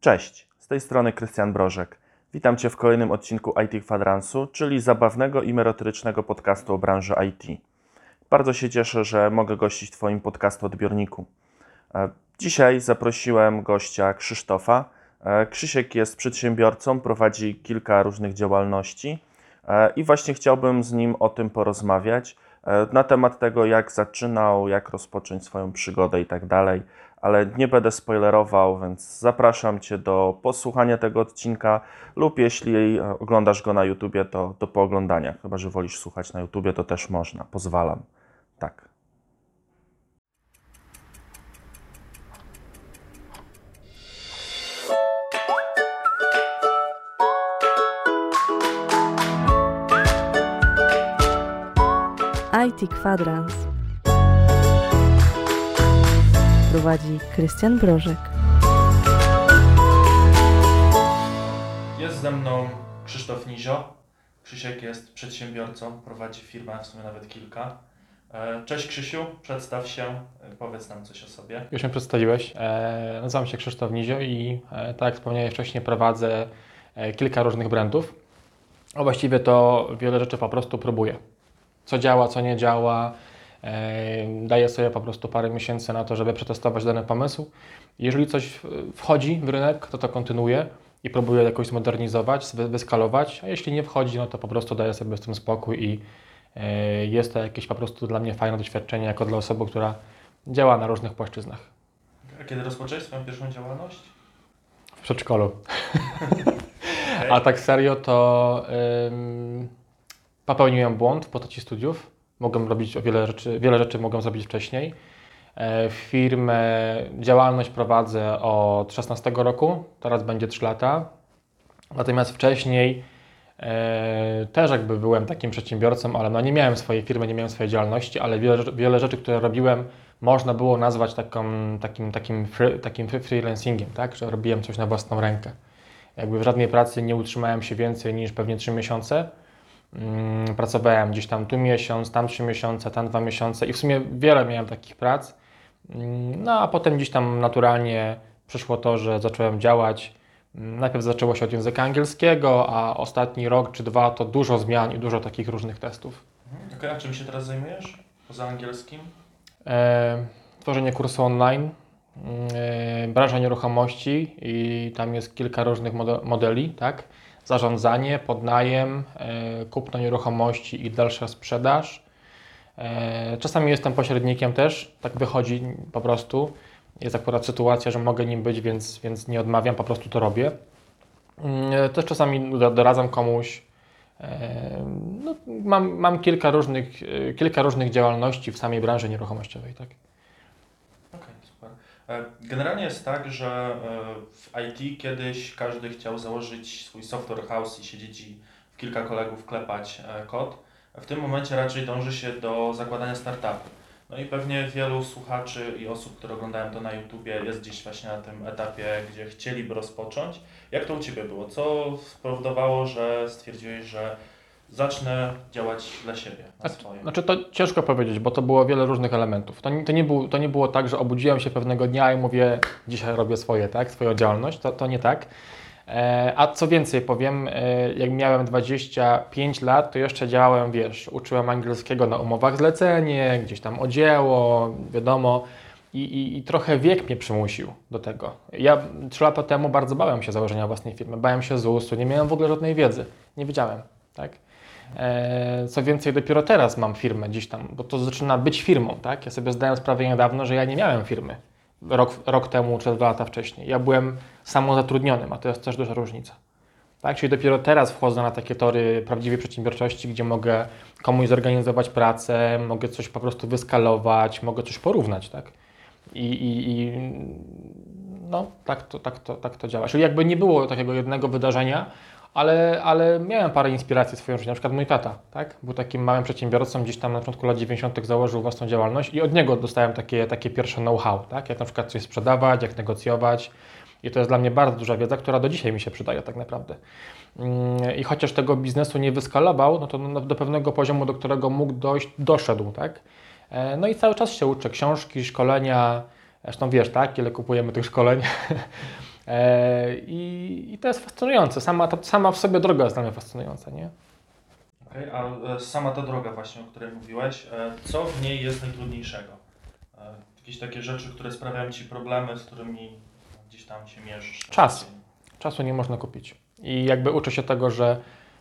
Cześć, z tej strony Krystian Brożek. Witam Cię w kolejnym odcinku IT Kwadransu, czyli zabawnego i merytorycznego podcastu o branży IT. Bardzo się cieszę, że mogę gościć w Twoim podcastu odbiorniku. Dzisiaj zaprosiłem gościa Krzysztofa. Krzysiek jest przedsiębiorcą, prowadzi kilka różnych działalności i właśnie chciałbym z nim o tym porozmawiać, na temat tego, jak zaczynał, jak rozpocząć swoją przygodę i tak dalej, ale nie będę spoilerował, więc zapraszam Cię do posłuchania tego odcinka lub jeśli oglądasz go na YouTubie, to do pooglądania. Chyba że wolisz słuchać na YouTubie, to też można, pozwalam. Tak. IT Kwadrans prowadzi Krystian Brożek. Jest ze mną Krzysztof Nizio. Krzysiek jest przedsiębiorcą, prowadzi firmę, w sumie nawet kilka. Cześć Krzysiu, przedstaw się, powiedz nam coś o sobie. Już mnie przedstawiłeś. Nazywam się Krzysztof Nizio i tak jak wspomniałem wcześniej, prowadzę kilka różnych brandów. A właściwie to wiele rzeczy po prostu próbuję. Co działa, co nie działa. Daję sobie po prostu parę miesięcy na to, żeby przetestować dany pomysł. Jeżeli coś wchodzi w rynek, to kontynuuję i próbuję jakoś zmodernizować, wyskalować, a jeśli nie wchodzi, no to po prostu daję sobie z tym spokój i jest to jakieś po prostu dla mnie fajne doświadczenie jako dla osoby, która działa na różnych płaszczyznach. A kiedy rozpocząłeś swoją pierwszą działalność? W przedszkolu. Okay. A tak serio to popełniłem błąd w postaci studiów. Mogłem robić wiele rzeczy mogłem zrobić wcześniej. Działalność prowadzę od 16 roku, teraz będzie 3 lata. Natomiast wcześniej też jakby byłem takim przedsiębiorcą, ale no nie miałem swojej firmy, nie miałem swojej działalności, ale wiele rzeczy, które robiłem, można było nazwać takim freelancingiem, tak? Że robiłem coś na własną rękę. Jakby w żadnej pracy nie utrzymałem się więcej niż pewnie 3 miesiące. Pracowałem gdzieś tam tu miesiąc, tam 3 miesiące, tam 2 miesiące i w sumie wiele miałem takich prac. No a potem gdzieś tam naturalnie przyszło to, że zacząłem działać. Najpierw zaczęło się od języka angielskiego, a ostatni rok czy 2 to dużo zmian i dużo takich różnych testów. Okej, a czym się teraz zajmujesz poza angielskim? Tworzenie kursu online, branża nieruchomości i tam jest kilka różnych modeli, tak? Zarządzanie, podnajem, kupno nieruchomości i dalsza sprzedaż. Czasami jestem pośrednikiem też, tak wychodzi po prostu. Jest akurat sytuacja, że mogę nim być, więc nie odmawiam, po prostu to robię. Też czasami doradzam komuś. No, mam kilka różnych działalności w samej branży nieruchomościowej. Tak? Okej, super. Generalnie jest tak, że w IT kiedyś każdy chciał założyć swój software house i siedzieć i w kilka kolegów klepać kod. W tym momencie raczej dąży się do zakładania startupu. No i pewnie wielu słuchaczy i osób, które oglądają to na YouTubie, jest gdzieś właśnie na tym etapie, gdzie chcieliby rozpocząć. Jak to u Ciebie było? Co spowodowało, że stwierdziłeś, że zacznę działać dla siebie, na swoje? Znaczy to ciężko powiedzieć, bo to było wiele różnych elementów. To nie było tak, że obudziłem się pewnego dnia i mówię, dzisiaj robię swoje, tak, swoją działalność. To nie tak. A co więcej powiem, jak miałem 25 lat, to jeszcze działałem, uczyłem angielskiego na umowach zlecenie, gdzieś tam o dzieło, wiadomo, i trochę wiek mnie przymusił do tego. Ja 3 lata temu bardzo bałem się założenia własnej firmy, bałem się ZUS-u, nie miałem w ogóle żadnej wiedzy, nie wiedziałem, tak? Co więcej, dopiero teraz mam firmę gdzieś tam, bo to zaczyna być firmą, tak? Ja sobie zdałem sprawę niedawno, że ja nie miałem firmy. Rok temu czy 2 lata wcześniej. Ja byłem samozatrudnionym, a to jest też duża różnica. Tak? Czyli dopiero teraz wchodzę na takie tory prawdziwej przedsiębiorczości, gdzie mogę komuś zorganizować pracę, mogę coś po prostu wyskalować, mogę coś porównać. Tak? No, tak to działa. Czyli jakby nie było takiego jednego wydarzenia, ale miałem parę inspiracji w swoim życiu. Na przykład mój tata, tak? Był takim małym przedsiębiorcą, gdzieś tam na początku lat 90. założył własną działalność i od niego dostałem takie pierwsze know-how, tak? Jak na przykład coś sprzedawać, jak negocjować. I to jest dla mnie bardzo duża wiedza, która do dzisiaj mi się przydaje tak naprawdę. I chociaż tego biznesu nie wyskalował, no to do pewnego poziomu, do którego mógł dojść, doszedł, tak? No i cały czas się uczę, książki, szkolenia, zresztą wiesz, tak, ile kupujemy tych szkoleń. I to jest fascynujące. Sama w sobie droga jest dla mnie fascynująca, nie? Okej, a sama ta droga właśnie, o której mówiłeś, co w niej jest najtrudniejszego? Jakieś takie rzeczy, które sprawiają Ci problemy, z którymi gdzieś tam się mierzysz? Czas. Czasu nie można kupić. I jakby uczę się tego, że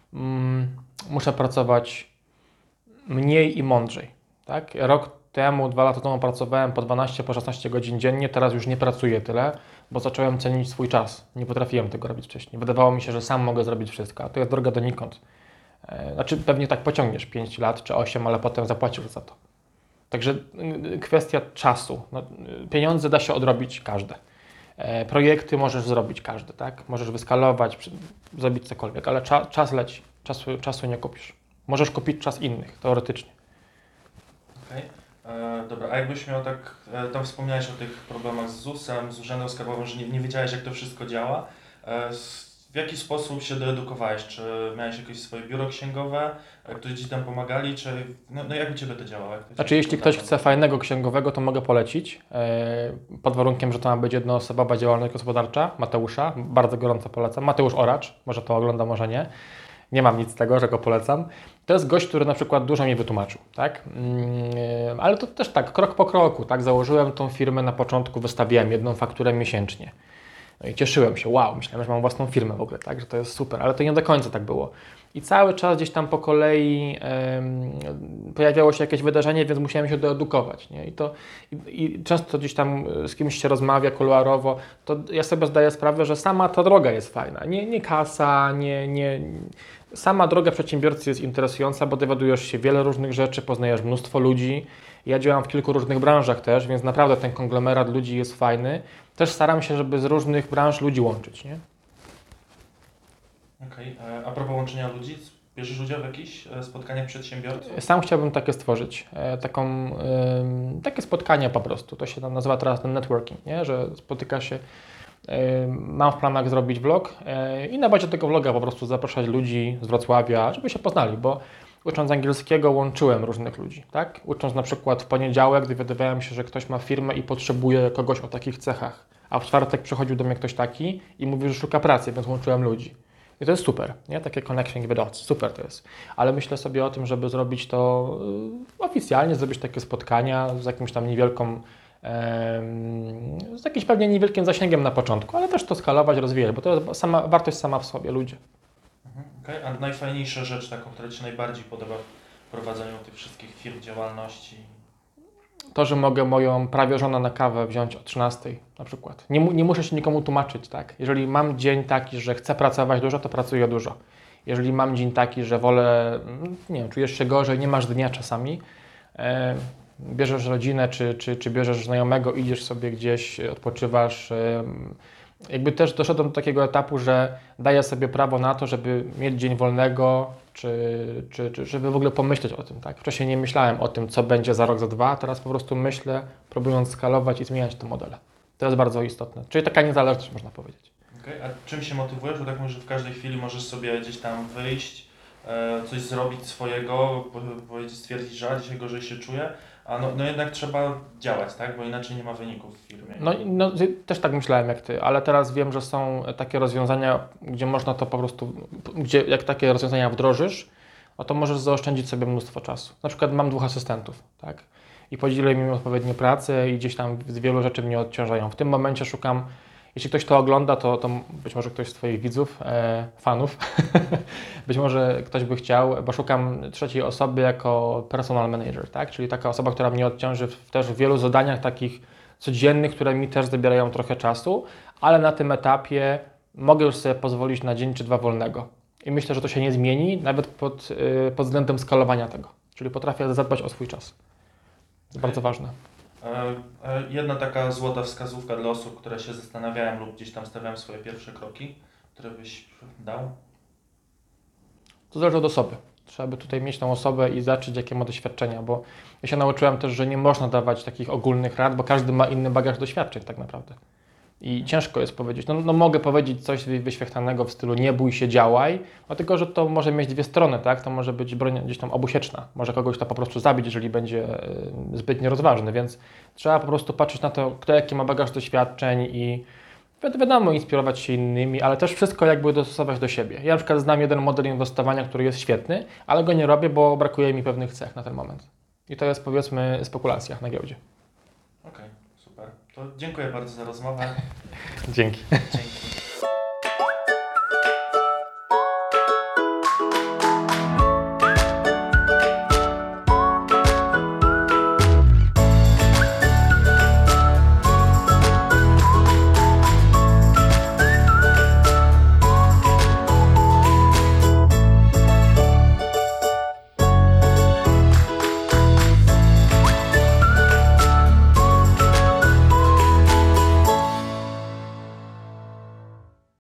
muszę pracować mniej i mądrzej. Tak? Rok temu, 2 lata temu pracowałem po 12, po 16 godzin dziennie, teraz już nie pracuję tyle, bo zacząłem cenić swój czas. Nie potrafiłem tego robić wcześniej. Wydawało mi się, że sam mogę zrobić wszystko, a to jest droga donikąd. Znaczy pewnie tak pociągniesz 5 lat czy 8, ale potem zapłacisz za to. Także kwestia czasu. No, pieniądze da się odrobić każde. Projekty możesz zrobić każdy, tak? Możesz wyskalować, zrobić cokolwiek, ale czas leci. Czasu nie kupisz. Możesz kupić czas innych, teoretycznie. Okej. Dobra, a jakbyś miał tak, tam wspomniałeś o tych problemach z ZUS-em, z Urzędem Skarbowym, że nie wiedziałeś, jak to wszystko działa. W jaki sposób się doedukowałeś? Czy miałeś jakieś swoje biuro księgowe, którzy Ci tam pomagali, czy no jak u Ciebie to działało? Znaczy, jeśli ktoś chce fajnego księgowego, to mogę polecić, pod warunkiem, że to ma być jednoosobowa działalność gospodarcza, Mateusza, bardzo gorąco polecam. Mateusz Oracz, może to ogląda, może nie. Nie mam nic z tego, że go polecam. To jest gość, który na przykład dużo mi wytłumaczył, tak? Ale to też tak, krok po kroku, tak? Założyłem tą firmę na początku, wystawiałem jedną fakturę miesięcznie. No i cieszyłem się, wow, myślałem, że mam własną firmę w ogóle, tak? Że to jest super, ale to nie do końca tak było. I cały czas gdzieś tam po kolei pojawiało się jakieś wydarzenie, więc musiałem się doedukować, nie? I często gdzieś tam z kimś się rozmawia kuluarowo, to ja sobie zdaję sprawę, że sama ta droga jest fajna. Nie kasa, sama droga przedsiębiorcy jest interesująca, bo dowiadujesz się wiele różnych rzeczy, poznajesz mnóstwo ludzi. Ja działam w kilku różnych branżach też, więc naprawdę ten konglomerat ludzi jest fajny. Też staram się, żeby z różnych branż ludzi łączyć, nie? Okej. A propos łączenia ludzi, bierzesz udział w jakichś spotkaniach przedsiębiorców? Sam chciałbym takie stworzyć, takie spotkania po prostu. To się nazywa teraz ten networking, nie? Że spotyka się. Mam w planach zrobić vlog i na bazie tego vloga po prostu zapraszać ludzi z Wrocławia, żeby się poznali, bo ucząc angielskiego łączyłem różnych ludzi, tak? Ucząc na przykład w poniedziałek dowiadywałem się, że ktoś ma firmę i potrzebuje kogoś o takich cechach, a w czwartek przychodził do mnie ktoś taki i mówił, że szuka pracy, więc łączyłem ludzi. I to jest super, nie? Takie connecting the dots, super to jest. Ale myślę sobie o tym, żeby zrobić to oficjalnie, zrobić takie spotkania z jakimś tam z jakimś pewnie niewielkim zasięgiem na początku, ale też to skalować, rozwijać, bo to jest wartość sama w sobie, ludzie. Okej. A najfajniejsza rzecz taką, która Ci się najbardziej podoba w prowadzeniu tych wszystkich firm, działalności? To, że mogę moją prawie żonę na kawę wziąć o 13 na przykład. Nie muszę się nikomu tłumaczyć, tak? Jeżeli mam dzień taki, że chcę pracować dużo, to pracuję dużo. Jeżeli mam dzień taki, że wolę, nie wiem, czujesz się gorzej, nie masz dnia czasami, bierzesz rodzinę czy bierzesz znajomego, idziesz sobie gdzieś, odpoczywasz. Jakby też doszedłem do takiego etapu, że daję sobie prawo na to, żeby mieć dzień wolnego, czy żeby w ogóle pomyśleć o tym, tak? Wcześniej nie myślałem o tym, co będzie za rok, za dwa, teraz po prostu myślę, próbując skalować i zmieniać te modele. To jest bardzo istotne. Czyli taka niezależność, można powiedzieć. Okej. A czym się motywujesz? Bo tak mówisz, że w każdej chwili możesz sobie gdzieś tam wyjść, coś zrobić swojego, powiedzieć, stwierdzić, że dzisiaj gorzej się czuję, a no jednak trzeba działać, tak? Bo inaczej nie ma wyników w firmie. No, też tak myślałem jak Ty, ale teraz wiem, że są takie rozwiązania, gdzie można to po prostu, gdzie jak takie rozwiązania wdrożysz, no to możesz zaoszczędzić sobie mnóstwo czasu. Na przykład mam 2 asystentów, tak? I podzielę im odpowiednio pracę i gdzieś tam z wielu rzeczy mnie odciążają. W tym momencie szukam, jeśli ktoś to ogląda, to być może ktoś z Twoich widzów, fanów, być może ktoś by chciał, bo szukam trzeciej osoby jako personal manager, tak? Czyli taka osoba, która mnie odciąży też w wielu zadaniach takich codziennych, które mi też zabierają trochę czasu, ale na tym etapie mogę już sobie pozwolić na dzień czy 2 wolnego. I myślę, że to się nie zmieni, nawet pod względem skalowania tego. Czyli potrafię zadbać o swój czas. To bardzo ważne. Jedna taka złota wskazówka dla osób, które się zastanawiają lub gdzieś tam stawiają swoje pierwsze kroki, które byś dał? To zależy od osoby. Trzeba by tutaj mieć tą osobę i zacząć, jakie ma doświadczenia, bo ja się nauczyłem też, że nie można dawać takich ogólnych rad, bo każdy ma inny bagaż doświadczeń tak naprawdę. I ciężko jest powiedzieć, no mogę powiedzieć coś wyświechtanego w stylu nie bój się, działaj, no tylko, że to może mieć 2 strony, tak? To może być broń gdzieś tam obusieczna, może kogoś to po prostu zabić, jeżeli będzie zbyt nierozważny, więc trzeba po prostu patrzeć na to, kto jaki ma bagaż doświadczeń i Wiadomo, inspirować się innymi, ale też wszystko jakby dostosować do siebie. Ja na przykład znam jeden model inwestowania, który jest świetny, ale go nie robię, bo brakuje mi pewnych cech na ten moment. I to jest, powiedzmy, spekulacja na giełdzie. Okej, super. To dziękuję bardzo za rozmowę. Dzięki. Dzięki.